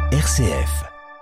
RCF.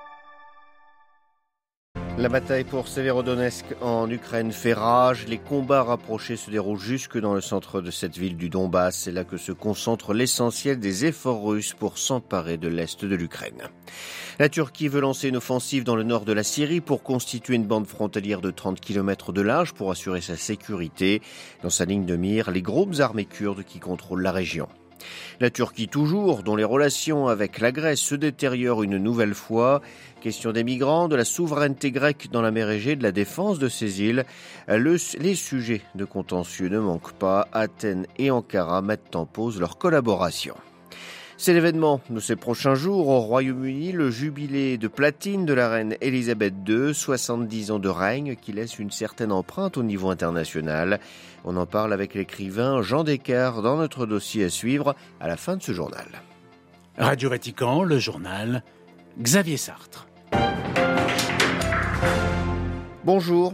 La bataille pour Severodonetsk en Ukraine fait rage. Les combats rapprochés se déroulent jusque dans le centre de cette ville du Donbass. C'est là que se concentre l'essentiel des efforts russes pour s'emparer de l'est de l'Ukraine. La Turquie veut lancer une offensive dans le nord de la Syrie pour constituer une bande frontalière de 30 km de large pour assurer sa sécurité. Dans sa ligne de mire, les groupes armés kurdes qui contrôlent la région. La Turquie toujours, dont les relations avec la Grèce se détériorent une nouvelle fois. Question des migrants, de la souveraineté grecque dans la mer Égée, de la défense de ces îles. Les sujets de contentieux ne manquent pas. Athènes et Ankara mettent en pause leur collaboration. C'est l'événement de ces prochains jours au Royaume-Uni, le jubilé de platine de la reine Elisabeth II, 70 ans de règne qui laisse une certaine empreinte au niveau international. On en parle avec l'écrivain Jean Descartes dans notre dossier à suivre à la fin de ce journal. Radio Vatican, le journal, Xavier Sartre. Bonjour,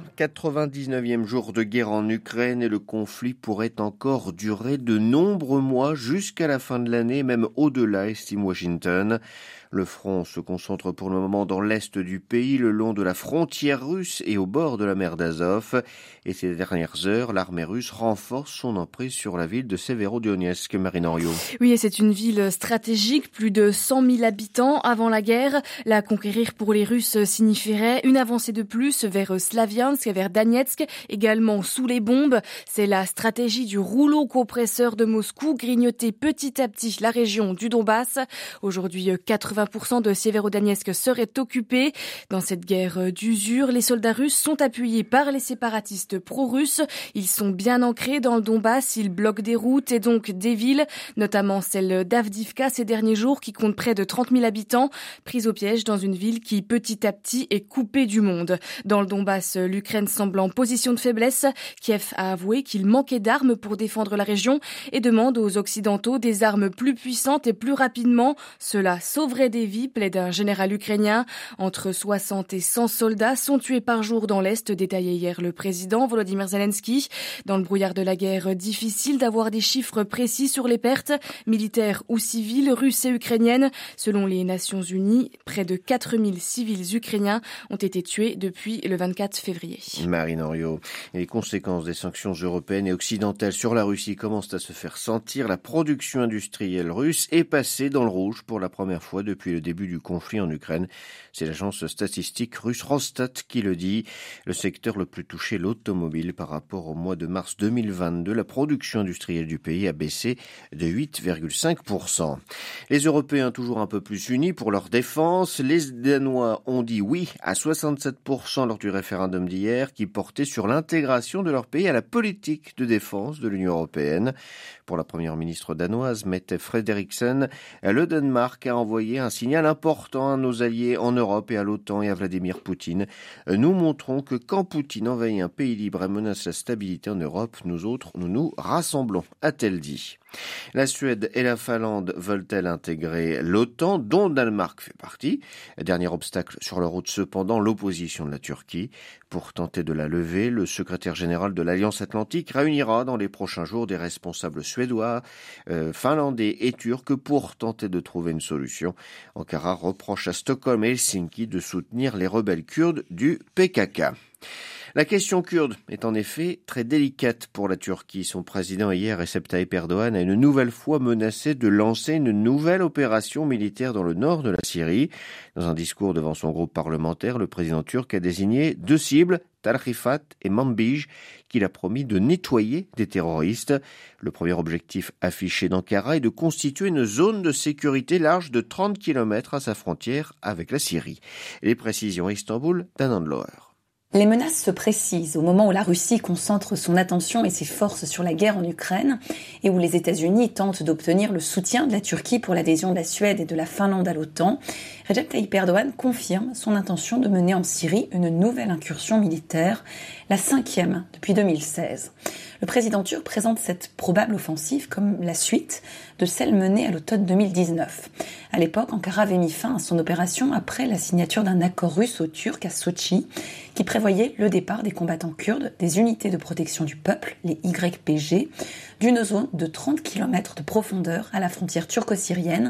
99e jour de guerre en Ukraine et le conflit pourrait encore durer de nombreux mois jusqu'à la fin de l'année, même au-delà, estime Washington. Le front se concentre pour le moment dans l'est du pays, le long de la frontière russe et au bord de la mer d'Azov. Et ces dernières heures, l'armée russe renforce son emprise sur la ville de Severodonetsk. Marine Henriot. Oui, et c'est une ville stratégique, plus de 100 000 habitants avant la guerre. La conquérir pour les Russes signifierait une avancée de plus vers Slaviansk, vers Donetsk, également sous les bombes. C'est la stratégie du rouleau compresseur de Moscou, grignoter petit à petit la région du Donbass. Aujourd'hui, 80% de Severodonetsk serait occupé. Dans cette guerre d'usure, les soldats russes sont appuyés par les séparatistes pro-russes. Ils sont bien ancrés dans le Donbass, ils bloquent des routes et donc des villes, notamment celle d'Avdivka ces derniers jours qui compte près de 30 000 habitants, prise au piège dans une ville qui petit à petit est coupée du monde. Dans le Donbass, l'Ukraine semble en position de faiblesse. Kiev a avoué qu'il manquait d'armes pour défendre la région et demande aux Occidentaux des armes plus puissantes et plus rapidement. Cela sauverait des vies, plaide un général ukrainien. Entre 60 et 100 soldats sont tués par jour dans l'Est, détaillé hier le président Volodymyr Zelensky. Dans le brouillard de la guerre, difficile d'avoir des chiffres précis sur les pertes, militaires ou civiles, russes et ukrainiennes. Selon les Nations Unies, près de 4000 civils ukrainiens ont été tués depuis le 24 février. Marine Henriot. Les conséquences des sanctions européennes et occidentales sur la Russie commencent à se faire sentir. La production industrielle russe est passée dans le rouge pour la première fois depuis le début du conflit en Ukraine. C'est l'agence statistique russe Rosstat qui le dit. Le secteur le plus touché, l'automobile, par rapport au mois de mars 2022, la production industrielle du pays a baissé de 8,5%. Les Européens toujours un peu plus unis pour leur défense. Les Danois ont dit oui à 67% lors du référendum d'hier qui portait sur l'intégration de leur pays à la politique de défense de l'Union européenne. Pour la première ministre danoise, Mette Frederiksen, le Danemark a envoyé un signal important à nos alliés en Europe et à l'OTAN et à Vladimir Poutine. Nous montrons que quand Poutine envahit un pays libre et menace la stabilité en Europe, nous autres, nous nous rassemblons, a-t-elle dit. La Suède et la Finlande veulent-elles intégrer l'OTAN, dont le Danemark fait partie? Dernier obstacle sur la route cependant, l'opposition de la Turquie. Pour tenter de la lever, le secrétaire général de l'Alliance Atlantique réunira dans les prochains jours des responsables suédois, finlandais et turcs pour tenter de trouver une solution. Ankara reproche à Stockholm et Helsinki de soutenir les rebelles kurdes du PKK. La question kurde est en effet très délicate pour la Turquie. Son président hier, Recep Tayyip Erdogan, a une nouvelle fois menacé de lancer une nouvelle opération militaire dans le nord de la Syrie. Dans un discours devant son groupe parlementaire, le président turc a désigné deux cibles, Tal Rifat et Manbij, qu'il a promis de nettoyer des terroristes. Le premier objectif affiché d'Ankara est de constituer une zone de sécurité large de 30 km à sa frontière avec la Syrie. Les précisions à Istanbul, d'Anand Loher. Les menaces se précisent au moment où la Russie concentre son attention et ses forces sur la guerre en Ukraine et où les États-Unis tentent d'obtenir le soutien de la Turquie pour l'adhésion de la Suède et de la Finlande à l'OTAN. Recep Tayyip Erdogan confirme son intention de mener en Syrie une nouvelle incursion militaire, la 5e depuis 2016. Le président turc présente cette probable offensive comme la suite de celle menée à l'automne 2019. À l'époque, Ankara avait mis fin à son opération après la signature d'un accord russo-turc à Sotchi qui prévoyait le départ des combattants kurdes des unités de protection du peuple, les YPG, d'une zone de 30 km de profondeur à la frontière turco-syrienne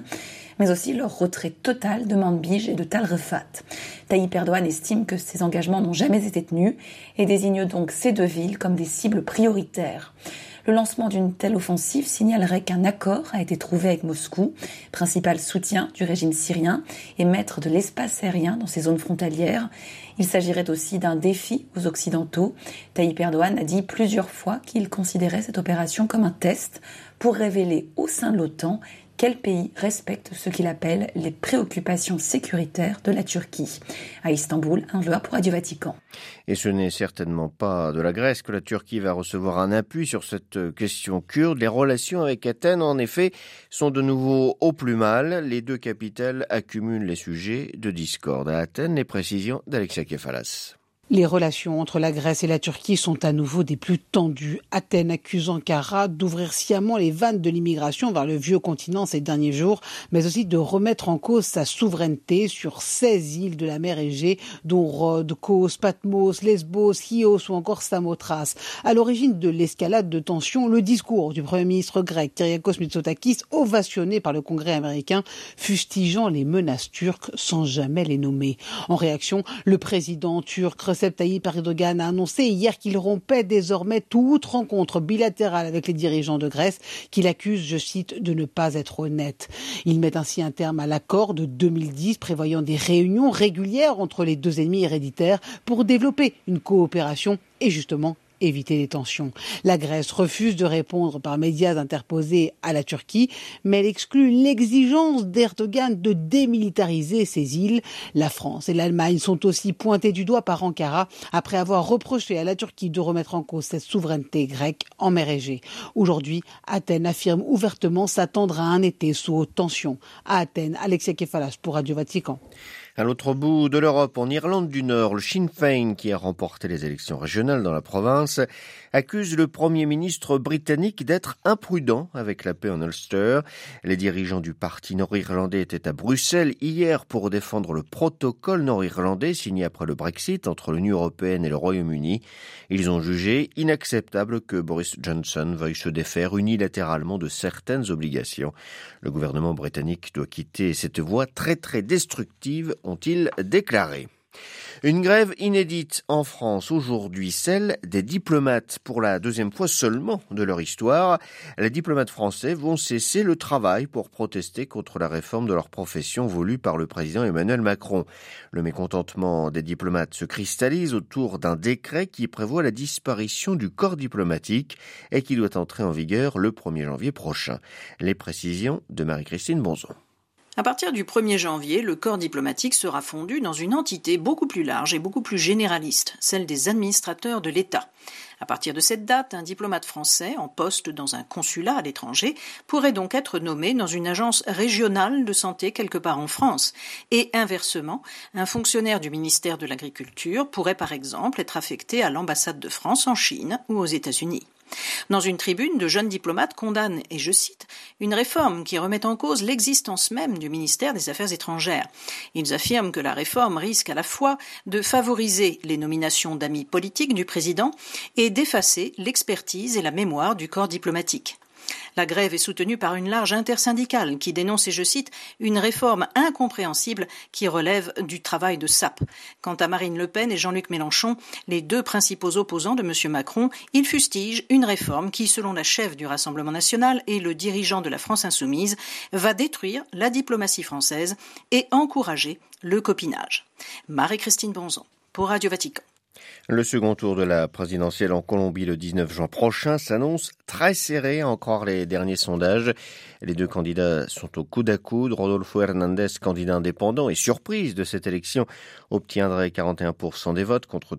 mais aussi leur retrait total de Manbij et de Tal Rifat. Tayyip Erdogan estime que ces engagements n'ont jamais été tenus et désigne donc ces deux villes comme des cibles prioritaires. Le lancement d'une telle offensive signalerait qu'un accord a été trouvé avec Moscou, principal soutien du régime syrien et maître de l'espace aérien dans ces zones frontalières. Il s'agirait aussi d'un défi aux Occidentaux. Tayyip Erdogan a dit plusieurs fois qu'il considérait cette opération comme un test pour révéler au sein de l'OTAN quel pays respecte ce qu'il appelle les préoccupations sécuritaires de la Turquie. À Istanbul, un joueur pour Radio Vatican. Et ce n'est certainement pas de la Grèce que la Turquie va recevoir un appui sur cette question kurde. Les relations avec Athènes, en effet, sont de nouveau au plus mal. Les deux capitales accumulent les sujets de discorde. À Athènes, les précisions d'Alexia Kefalas. Les relations entre la Grèce et la Turquie sont à nouveau des plus tendues. Athènes accuse Ankara d'ouvrir sciemment les vannes de l'immigration vers le vieux continent ces derniers jours, mais aussi de remettre en cause sa souveraineté sur 16 îles de la mer Égée, dont Rhodes, Kos, Patmos, Lesbos, Chios ou encore Samothrace. À l'origine de l'escalade de tensions, le discours du Premier ministre grec Kyriakos Mitsotakis, ovationné par le Congrès américain, fustigeant les menaces turques sans jamais les nommer. En réaction, le président turc Recep Tayyip Erdogan a annoncé hier qu'il rompait désormais toute rencontre bilatérale avec les dirigeants de Grèce qu'il accuse, je cite, de ne pas être honnête. Il met ainsi un terme à l'accord de 2010 prévoyant des réunions régulières entre les deux ennemis héréditaires pour développer une coopération et justement éviter les tensions. La Grèce refuse de répondre par médias interposés à la Turquie, mais elle exclut l'exigence d'Erdogan de démilitariser ces îles. La France et l'Allemagne sont aussi pointées du doigt par Ankara après avoir reproché à la Turquie de remettre en cause cette souveraineté grecque en mer Égée. Aujourd'hui, Athènes affirme ouvertement s'attendre à un été sous haute tension. À Athènes, Alexia Kefalas pour Radio Vatican. À l'autre bout de l'Europe, en Irlande du Nord, le Sinn Féin, qui a remporté les élections régionales dans la province, accuse le Premier ministre britannique d'être imprudent avec la paix en Ulster. Les dirigeants du parti nord-irlandais étaient à Bruxelles hier pour défendre le protocole nord-irlandais signé après le Brexit entre l'Union européenne et le Royaume-Uni. Ils ont jugé inacceptable que Boris Johnson veuille se défaire unilatéralement de certaines obligations. Le gouvernement britannique doit quitter cette voie très destructive, ont-ils déclaré. Une grève inédite en France aujourd'hui, celle des diplomates. Pour la deuxième fois seulement de leur histoire, les diplomates français vont cesser le travail pour protester contre la réforme de leur profession voulue par le président Emmanuel Macron. Le mécontentement des diplomates se cristallise autour d'un décret qui prévoit la disparition du corps diplomatique et qui doit entrer en vigueur le 1er janvier prochain. Les précisions de Marie-Christine Bonzon. À partir du 1er janvier, le corps diplomatique sera fondu dans une entité beaucoup plus large et beaucoup plus généraliste, celle des administrateurs de l'État. À partir de cette date, un diplomate français en poste dans un consulat à l'étranger pourrait donc être nommé dans une agence régionale de santé quelque part en France. Et inversement, un fonctionnaire du ministère de l'Agriculture pourrait par exemple être affecté à l'ambassade de France en Chine ou aux États-Unis. Dans une tribune, de jeunes diplomates condamnent, et je cite, une réforme qui remet en cause l'existence même du ministère des Affaires étrangères. Ils affirment que la réforme risque à la fois de favoriser les nominations d'amis politiques du président et d'effacer l'expertise et la mémoire du corps diplomatique. La grève est soutenue par une large intersyndicale qui dénonce, et je cite, une réforme incompréhensible qui relève du travail de sape. Quant à Marine Le Pen et Jean-Luc Mélenchon, les deux principaux opposants de M. Macron, ils fustigent une réforme qui, selon la chef du Rassemblement national et le dirigeant de la France insoumise, va détruire la diplomatie française et encourager le copinage. Marie-Christine Bonzon, pour Radio Vatican. Le second tour de la présidentielle en Colombie le 19 juin prochain s'annonce très serré, à en croire les derniers sondages. Les deux candidats sont au coude à coude. Rodolfo Hernández, candidat indépendant et surprise de cette élection, obtiendrait 41% des votes contre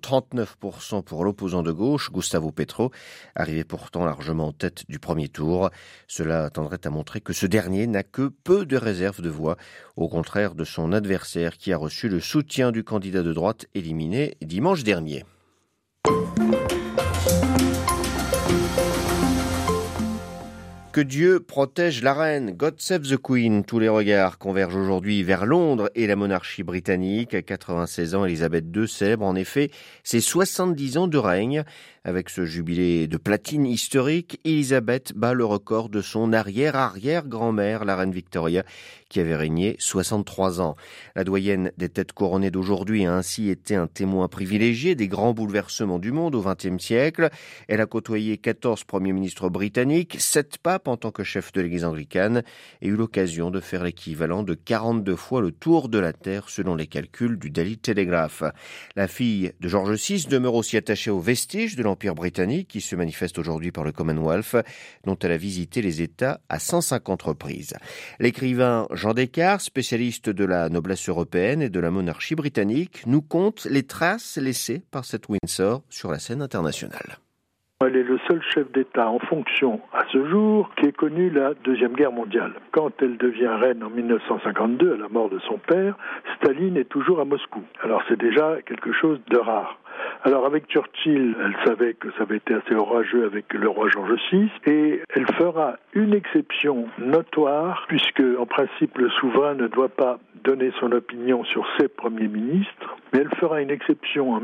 39% pour l'opposant de gauche, Gustavo Petro, arrivé pourtant largement en tête du premier tour. Cela tendrait à montrer que ce dernier n'a que peu de réserve de voix, au contraire de son adversaire qui a reçu le soutien du candidat de droite éliminé dimanche dernier. Que Dieu protège la reine, God Save the Queen. Tous les regards convergent aujourd'hui vers Londres et la monarchie britannique. À 96 ans, Elisabeth II célèbre en effet ses 70 ans de règne. Avec ce jubilé de platine historique, Elisabeth bat le record de son arrière-arrière-grand-mère, la reine Victoria, qui avait régné 63 ans. La doyenne des têtes couronnées d'aujourd'hui a ainsi été un témoin privilégié des grands bouleversements du monde au XXe siècle. Elle a côtoyé 14 premiers ministres britanniques, 7 papes en tant que chef de l'église anglicane et eu l'occasion de faire l'équivalent de 42 fois le tour de la Terre selon les calculs du Daily Telegraph. La fille de George VI demeure aussi attachée aux vestiges de l'Empire britannique qui se manifeste aujourd'hui par le Commonwealth, dont elle a visité les États à 150 reprises. L'écrivain Jean Descartes, spécialiste de la noblesse européenne et de la monarchie britannique, nous conte les traces laissées par cette Windsor sur la scène internationale. Elle est le seul chef d'État en fonction à ce jour qui ait connu la Deuxième Guerre mondiale. Quand elle devient reine en 1952, à la mort de son père, Staline est toujours à Moscou. Alors c'est déjà quelque chose de rare. Alors avec Churchill, elle savait que ça avait été assez orageux avec le roi George VI et elle fera une exception notoire puisque en principe le souverain ne doit pas donner son opinion sur ses premiers ministres, mais elle fera une exception en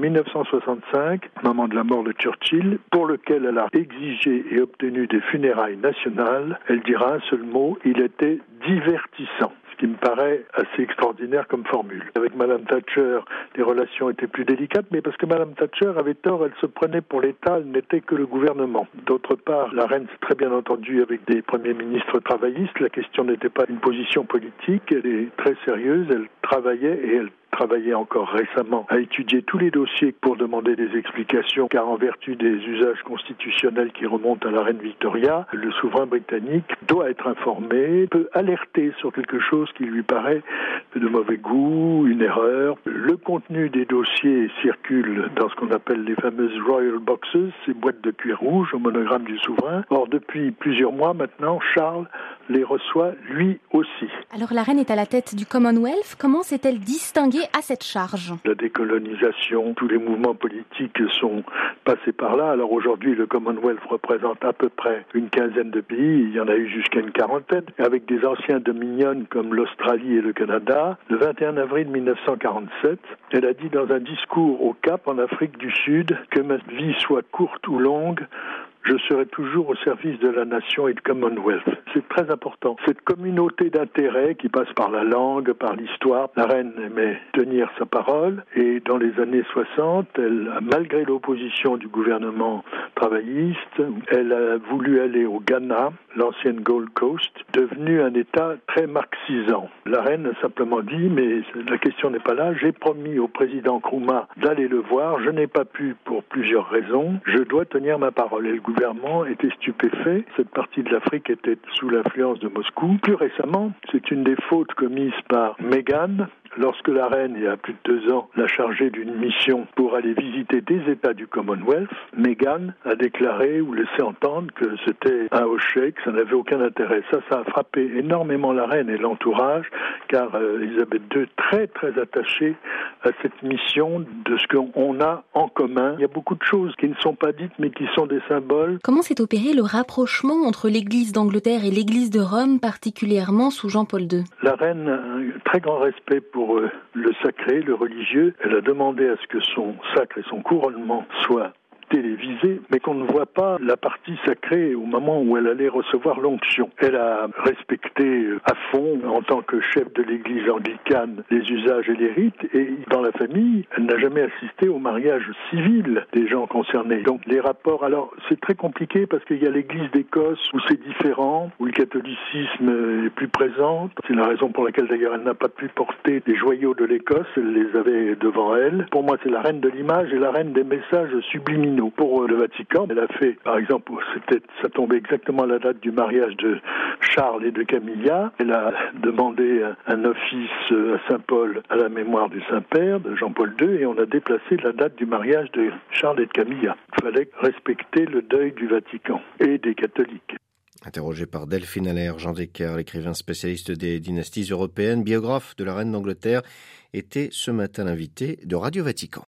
1965, au moment de la mort de Churchill, pour lequel elle a exigé et obtenu des funérailles nationales. Elle dira un seul mot, il était divertissant. Qui me paraît assez extraordinaire comme formule. Avec Madame Thatcher, les relations étaient plus délicates, mais parce que Madame Thatcher avait tort, elle se prenait pour l'État, elle n'était que le gouvernement. D'autre part, la reine s'est très bien entendue avec des premiers ministres travaillistes, la question n'était pas une position politique, elle est très sérieuse, elle travaillait et elle travaillait encore récemment à étudier tous les dossiers pour demander des explications, car en vertu des usages constitutionnels qui remontent à la reine Victoria, le souverain britannique doit être informé, peut alerter sur quelque chose qui lui paraît de mauvais goût, une erreur. Le contenu des dossiers circule dans ce qu'on appelle les fameuses Royal Boxes, ces boîtes de cuir rouge au monogramme du souverain. Or, depuis plusieurs mois maintenant, Charles les reçoit lui aussi. Alors la reine est à la tête du Commonwealth. Comment s'est-elle distinguée à cette charge? La décolonisation, tous les mouvements politiques sont passés par là. Alors aujourd'hui, le Commonwealth représente à peu près une quinzaine de pays. Il y en a eu jusqu'à une quarantaine, avec des anciens dominions comme l'Australie et le Canada. Le 21 avril 1947, elle a dit dans un discours au Cap, en Afrique du Sud, que ma vie soit courte ou longue, je serai toujours au service de la nation et du Commonwealth. C'est très important. Cette communauté d'intérêts qui passe par la langue, par l'histoire, la reine aimait tenir sa parole et dans les années 60, elle, malgré l'opposition du gouvernement travailliste, elle a voulu aller au Ghana, l'ancienne Gold Coast, devenu un État très marxisant. La reine a simplement dit, mais la question n'est pas là, j'ai promis au président Nkrumah d'aller le voir, je n'ai pas pu pour plusieurs raisons, je dois tenir ma parole. Et le gouvernement était stupéfait. Cette partie de l'Afrique était sous l'influence de Moscou. Plus récemment, c'est une des fautes commises par Meghan, lorsque la reine, il y a plus de 2 ans, l'a chargée d'une mission pour aller visiter des États du Commonwealth. Meghan a déclaré ou laissé entendre que c'était un hochet, que ça n'avait aucun intérêt. Ça a frappé énormément la reine et l'entourage, car Elisabeth II est très très attachée à cette mission de ce qu'on a en commun. Il y a beaucoup de choses qui ne sont pas dites mais qui sont des symboles. Comment s'est opéré le rapprochement entre l'Église d'Angleterre et l'Église de Rome, particulièrement sous Jean-Paul II? La reine a un très grand respect pour le sacré, le religieux. Elle a demandé à ce que son sacre et son couronnement soient télévisée, mais qu'on ne voit pas la partie sacrée au moment où elle allait recevoir l'onction. Elle a respecté à fond, en tant que chef de l'église anglicane, les usages et les rites, et dans la famille, elle n'a jamais assisté au mariage civil des gens concernés. Donc les rapports, alors c'est très compliqué parce qu'il y a l'église d'Écosse où c'est différent, où le catholicisme est plus présent. C'est la raison pour laquelle d'ailleurs elle n'a pas pu porter les joyaux de l'Écosse, elle les avait devant elle. Pour moi, c'est la reine de l'image et la reine des messages subliminaux. Pour le Vatican, elle a fait, par exemple, ça tombait exactement à la date du mariage de Charles et de Camilla. Elle a demandé un office à Saint-Paul à la mémoire du Saint-Père, de Jean-Paul II, et on a déplacé la date du mariage de Charles et de Camilla. Il fallait respecter le deuil du Vatican et des catholiques. Interrogé par Delphine Allaire, Jean Descartes, l'écrivain spécialiste des dynasties européennes, biographe de la reine d'Angleterre, était ce matin l'invité de Radio Vatican.